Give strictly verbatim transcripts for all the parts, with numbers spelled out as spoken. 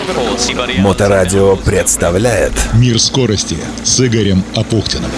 Моторадио представляет «Мир скорости» с Игорем Апухтиным.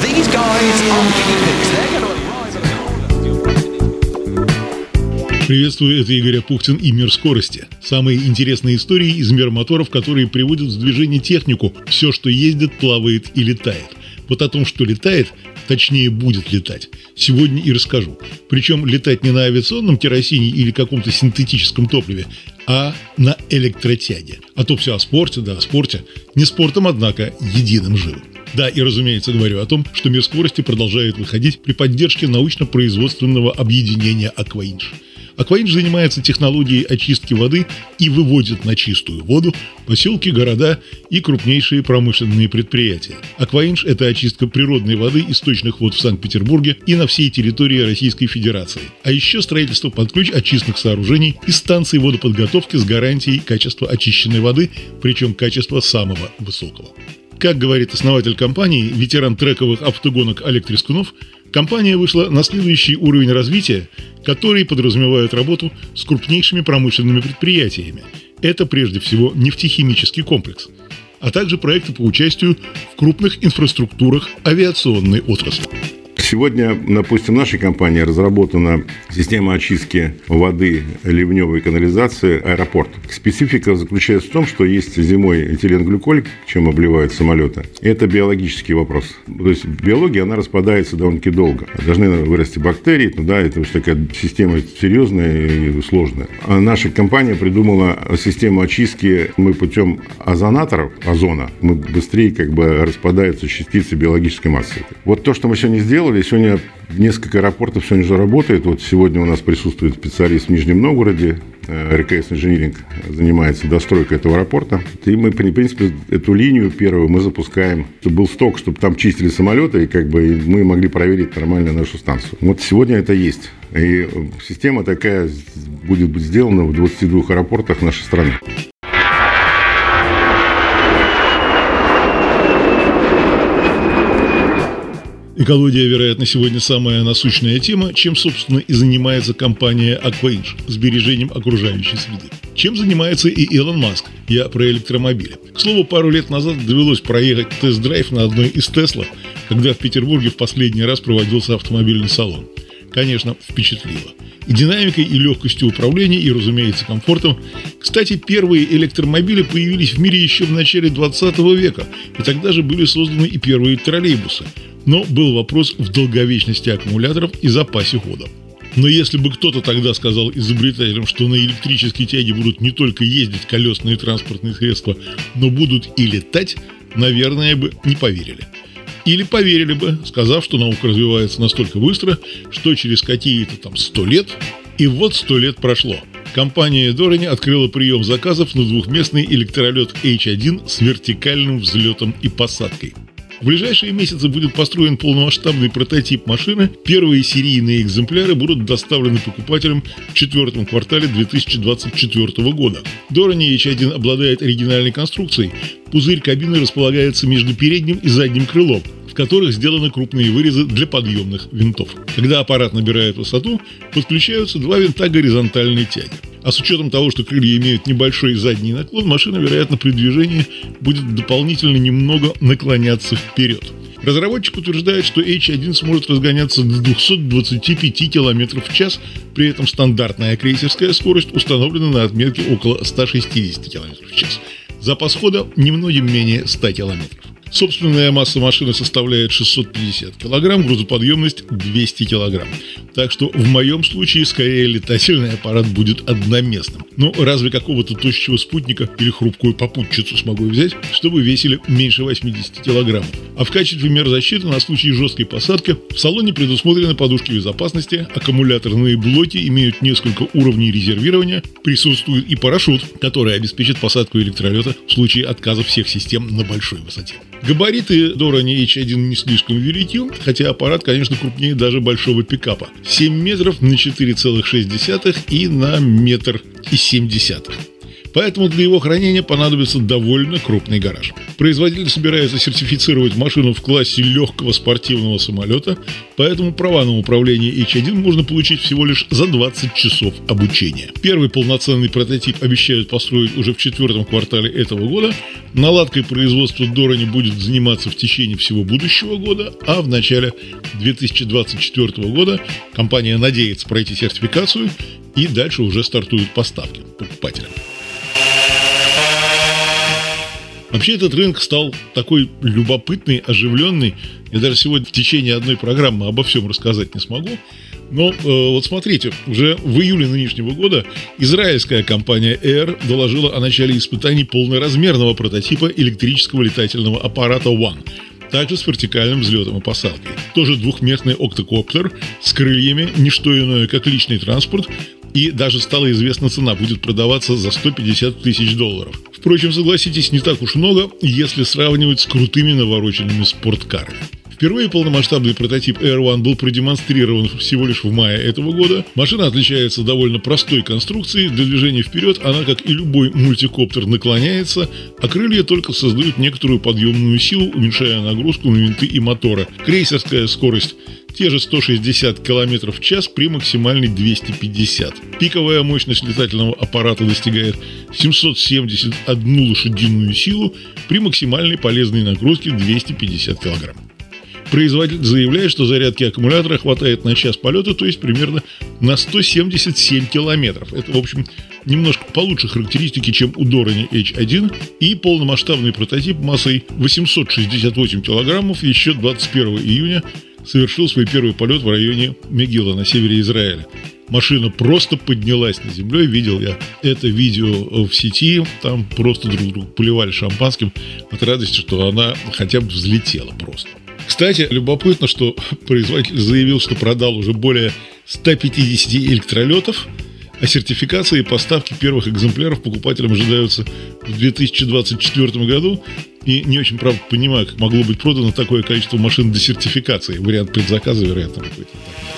Приветствую, это Игорь Апухтин и «Мир скорости». Самые интересные истории из мира моторов, которые приводят в движение технику. Все, что ездит, плавает и летает. Вот о том, что летает, точнее будет летать, сегодня и расскажу. Причем летать не на авиационном керосине или каком-то синтетическом топливе, а на электротяге. А то все о спорте, да о спорте. Не спортом, однако, единым живым. Да, и, разумеется, говорю о том, что «Мир скорости» продолжает выходить при поддержке научно-производственного объединения «Акваинж». «Акваинж» занимается технологией очистки воды и выводит на чистую воду поселки, города и крупнейшие промышленные предприятия. «Акваинж» — это очистка природной воды из сточных вод в Санкт-Петербурге и на всей территории Российской Федерации. А еще строительство под ключ очистных сооружений и станций водоподготовки с гарантией качества очищенной воды, причем качества самого высокого. Как говорит основатель компании, ветеран трековых автогонок Олег Трескунов, компания вышла на следующий уровень развития, который подразумевает работу с крупнейшими промышленными предприятиями. Это прежде всего нефтехимический комплекс, а также проекты по участию в крупных инфраструктурах авиационной отрасли. Сегодня, допустим, в нашей компании разработана система очистки воды ливневой канализации аэропорт. Специфика заключается в том, что есть зимой этиленглюколь, чем обливают самолеты. Это биологический вопрос. То есть биология, она распадается довольно-таки долго. Должны вырасти бактерии, ну да, это уж такая система серьезная и сложная. А наша компания придумала систему очистки. Мы путем озонаторов, озона, мы быстрее как бы распадаются частицы биологической массы. Вот то, что мы сегодня сделали. Сегодня несколько аэропортов сегодня уже работает. Вот сегодня у нас присутствует специалист в Нижнем Новгороде. эр ка эс Инжиниринг занимается достройкой этого аэропорта. И мы, в принципе, эту линию первую мы запускаем. Чтобы был сток, чтобы там чистили самолеты, и как бы мы могли проверить нормально нашу станцию. Вот сегодня это есть. И система такая будет сделана в двадцати двух аэропортах нашей страны. Экология, вероятно, сегодня самая насущная тема, чем, собственно, и занимается компания «Акваинж» – сбережением окружающей среды. Чем занимается и Илон Маск? Я про электромобили. К слову, пару лет назад довелось проехать тест-драйв на одной из Тесла, когда в Петербурге в последний раз проводился автомобильный салон. Конечно, впечатлило. И динамикой, и легкостью управления, и, разумеется, комфортом. Кстати, первые электромобили появились в мире еще в начале двадцатого века, и тогда же были созданы и первые троллейбусы. Но был вопрос в долговечности аккумуляторов и запасе хода. Но если бы кто-то тогда сказал изобретателям, что на электрической тяге будут не только ездить колесные транспортные средства, но будут и летать, наверное, бы не поверили. Или поверили бы, сказав, что наука развивается настолько быстро, что через какие-то там сто лет, и вот сто лет прошло. Компания Dornier открыла прием заказов на двухместный электролет эйч один с вертикальным взлетом и посадкой. В ближайшие месяцы будет построен полномасштабный прототип машины. Первые серийные экземпляры будут доставлены покупателям в четвертом квартале две тысячи двадцать четвёртого года. Dornier эйч один обладает оригинальной конструкцией. Пузырь кабины располагается между передним и задним крылом, в которых сделаны крупные вырезы для подъемных винтов. Когда аппарат набирает высоту, подключаются два винта горизонтальной тяги. А с учетом того, что крылья имеют небольшой задний наклон, машина, вероятно, при движении будет дополнительно немного наклоняться вперед. Разработчик утверждает, что эйч один сможет разгоняться до двухсот двадцати пяти километров в час, при этом стандартная крейсерская скорость установлена на отметке около ста шестидесяти километров в час. Запас хода немногим менее ста километров. Собственная масса машины составляет шестьсот пятьдесят килограмм, грузоподъемность двести килограмм. Так что в моем случае скорее летательный аппарат будет одноместным. Ну, разве какого-то тощего спутника или хрупкую попутчицу смогу взять, чтобы весили меньше восьмидесяти килограммов. А в качестве мер защиты на случай жесткой посадки в салоне предусмотрены подушки безопасности, аккумуляторные блоки имеют несколько уровней резервирования, присутствует и парашют, который обеспечит посадку электролета в случае отказа всех систем на большой высоте. Габариты Dornier эйч один не слишком велики, хотя аппарат, конечно, крупнее даже большого пикапа. семь метров на четыре целых шесть десятых и на метр и семь десятых. Поэтому для его хранения понадобится довольно крупный гараж. Производитель собирается сертифицировать машину в классе легкого спортивного самолета, поэтому права на управление эйч один можно получить всего лишь за двадцать часов обучения. Первый полноценный прототип обещают построить уже в четвертом квартале этого года. Наладкой производства Doranye будет заниматься в течение всего будущего года, а в начале две тысячи двадцать четвёртого года компания надеется пройти сертификацию и дальше уже стартуют поставки покупателям. Вообще этот рынок стал такой любопытный, оживленный. Я даже сегодня в течение одной программы обо всем рассказать не смогу. Но э, вот смотрите, уже в июле нынешнего года израильская компания Air доложила о начале испытаний полноразмерного прототипа электрического летательного аппарата One, также с вертикальным взлетом и посадкой. Тоже двухместный октокоптер с крыльями, не что иное, как личный транспорт. И даже стала известна цена, будет продаваться за сто пятьдесят тысяч долларов. Впрочем, согласитесь, не так уж много, если сравнивать с крутыми навороченными спорткарами. Впервые полномасштабный прототип Air One был продемонстрирован всего лишь в мае этого года. Машина отличается довольно простой конструкцией. Для движения вперед она, как и любой мультикоптер, наклоняется, а крылья только создают некоторую подъемную силу, уменьшая нагрузку на винты и моторы. Крейсерская скорость – те же сто шестьдесят километров в час при максимальной двести пятьдесят. Пиковая мощность летательного аппарата достигает семьсот семьдесят одну лошадиную силу при максимальной полезной нагрузке двести пятьдесят килограмм. Производитель заявляет, что зарядки аккумулятора хватает на час полета, то есть примерно на сто семьдесят семь километров. Это, в общем, немножко получше характеристики, чем у Doranye эйч один. И полномасштабный прототип массой восемьсот шестьдесят восемь килограммов еще двадцать первого июня совершил свой первый полет в районе Мегилла на севере Израиля. Машина просто поднялась над землей. Видел я это видео в сети. Там просто друг друга поливали шампанским от радости, что она хотя бы взлетела просто. Кстати, любопытно, что производитель заявил, что продал уже более ста пятидесяти электролетов, а сертификация и поставки первых экземпляров покупателям ожидаются в две тысячи двадцать четвёртом году. И не очень, правда, понимаю, как могло быть продано такое количество машин до сертификации. Вариант предзаказа, вероятно, какой-то.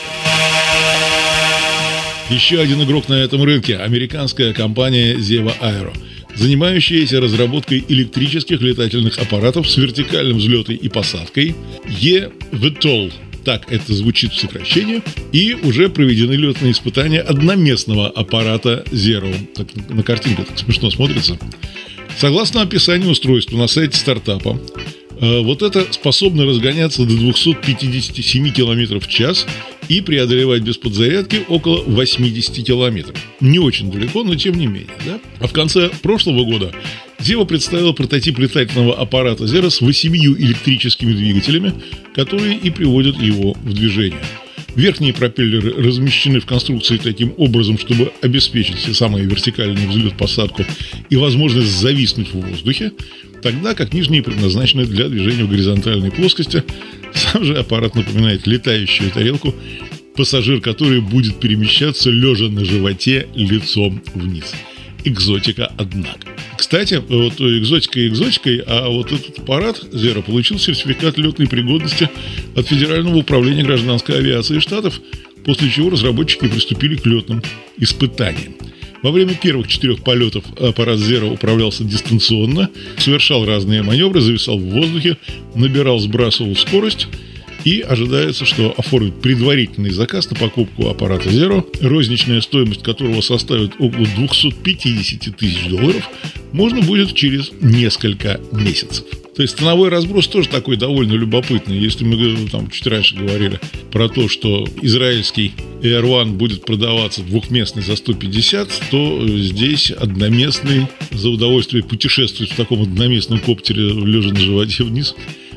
Еще один игрок на этом рынке – американская компания Zeva Aero, занимающаяся разработкой электрических летательных аппаратов с вертикальным взлетом и посадкой и ви тол. Так это звучит в сокращении. И уже проведены летные испытания одноместного аппарата Zero. Так, на картинке так смешно смотрится. Согласно описанию устройства на сайте стартапа, вот это способно разгоняться до двухсот пятидесяти семи километров в час и преодолевать без подзарядки около восьмидесяти километров. Не очень далеко, но тем не менее. Да? А в конце прошлого года Zeva представила прототип летательного аппарата Zero с восемью электрическими двигателями, которые и приводят его в движение. Верхние пропеллеры размещены в конструкции таким образом, чтобы обеспечить все самые вертикальные взлет-посадку и возможность зависнуть в воздухе, тогда как нижние предназначены для движения в горизонтальной плоскости. Сам же аппарат напоминает летающую тарелку, пассажир которой будет перемещаться лежа на животе лицом вниз. Экзотика, однако. Кстати, вот экзотика экзотикой, а вот этот аппарат Zero получил сертификат летной пригодности от Федерального управления гражданской авиации Штатов, после чего разработчики приступили к летным испытаниям. Во время первых четырех полетов аппарат Zero управлялся дистанционно, совершал разные маневры, зависал в воздухе, набирал, сбрасывал скорость. И ожидается, что оформить предварительный заказ на покупку аппарата Zero, розничная стоимость которого составит около двухсот пятидесяти тысяч долларов, можно будет через несколько месяцев. То есть ценовой разброс тоже такой довольно любопытный. Если мы там чуть раньше говорили про то, что израильский Air One будет продаваться двухместный за сто пятьдесят, то здесь одноместный за удовольствие путешествовать в таком одноместном коптере, лежа на животе вниз,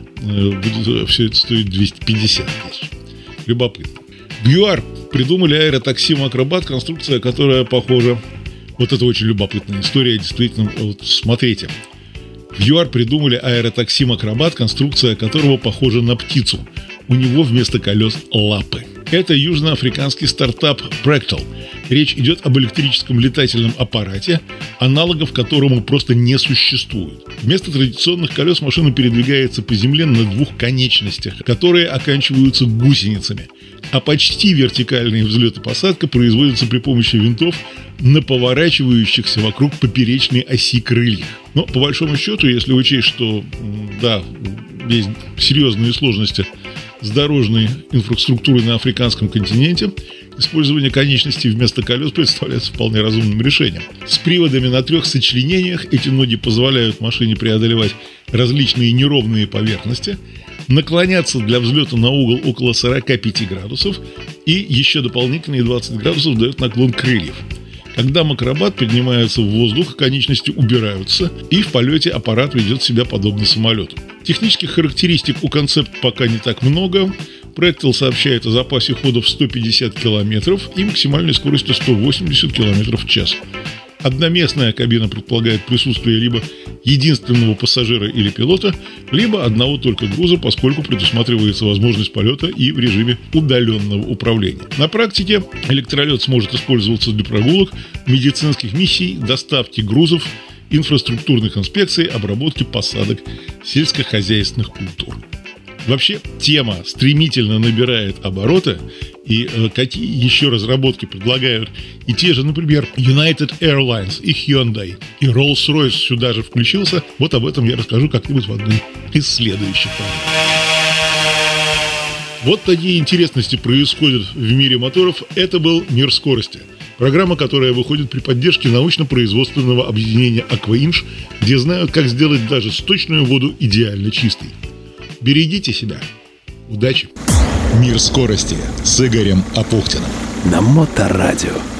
будет все это стоит двести пятьдесят тысяч. Любопытно. В ЮАР придумали аэротакси Макробат, конструкция, которая похожа. Вот это очень любопытная история, действительно. Вот смотрите. В ЮАР придумали аэротакси Макробат, конструкция которого похожа на птицу. У него вместо колес лапы. Это южноафриканский стартап Practal. Речь идет об электрическом летательном аппарате, аналогов которому просто не существует. Вместо традиционных колес машина передвигается по земле на двух конечностях, которые оканчиваются гусеницами. а почти вертикальные взлет и посадка производятся при помощи винтов на поворачивающихся вокруг поперечной оси крыльях. Но, по большому счету, если учесть, что, да, есть серьезные сложности с дорожной инфраструктурой на африканском континенте, использование конечностей вместо колес представляется вполне разумным решением. С приводами на трех сочленениях эти ноги позволяют машине преодолевать различные неровные поверхности, наклоняться для взлета на угол около сорок пять градусов и еще дополнительные двадцать градусов дает наклон крыльев. Когда макробат поднимается в воздух, конечности убираются, и в полете аппарат ведет себя подобно самолету. Технических характеристик у концепта пока не так много. Practical сообщает о запасе хода в сто пятьдесят километров и максимальной скорости сто восемьдесят километров в час. Одноместная кабина предполагает присутствие либо единственного пассажира или пилота, либо одного только груза, поскольку предусматривается возможность полета и в режиме удаленного управления. На практике электролет сможет использоваться для прогулок, медицинских миссий, доставки грузов, инфраструктурных инспекций, обработки посадок сельскохозяйственных культур. Вообще, тема стремительно набирает обороты, и э, какие еще разработки предлагают и те же, например, United Airlines и Hyundai, и Rolls-Royce сюда же включился. Вот об этом я расскажу как-нибудь в одной из следующих программ. Вот такие интересности происходят в мире моторов. Это был «Мир скорости». Программа, которая выходит при поддержке научно-производственного объединения «Акваинж», где знают, как сделать даже сточную воду идеально чистой. Берегите себя. Удачи! «Мир скорости» с Игорем Апухтиным. На Моторадио.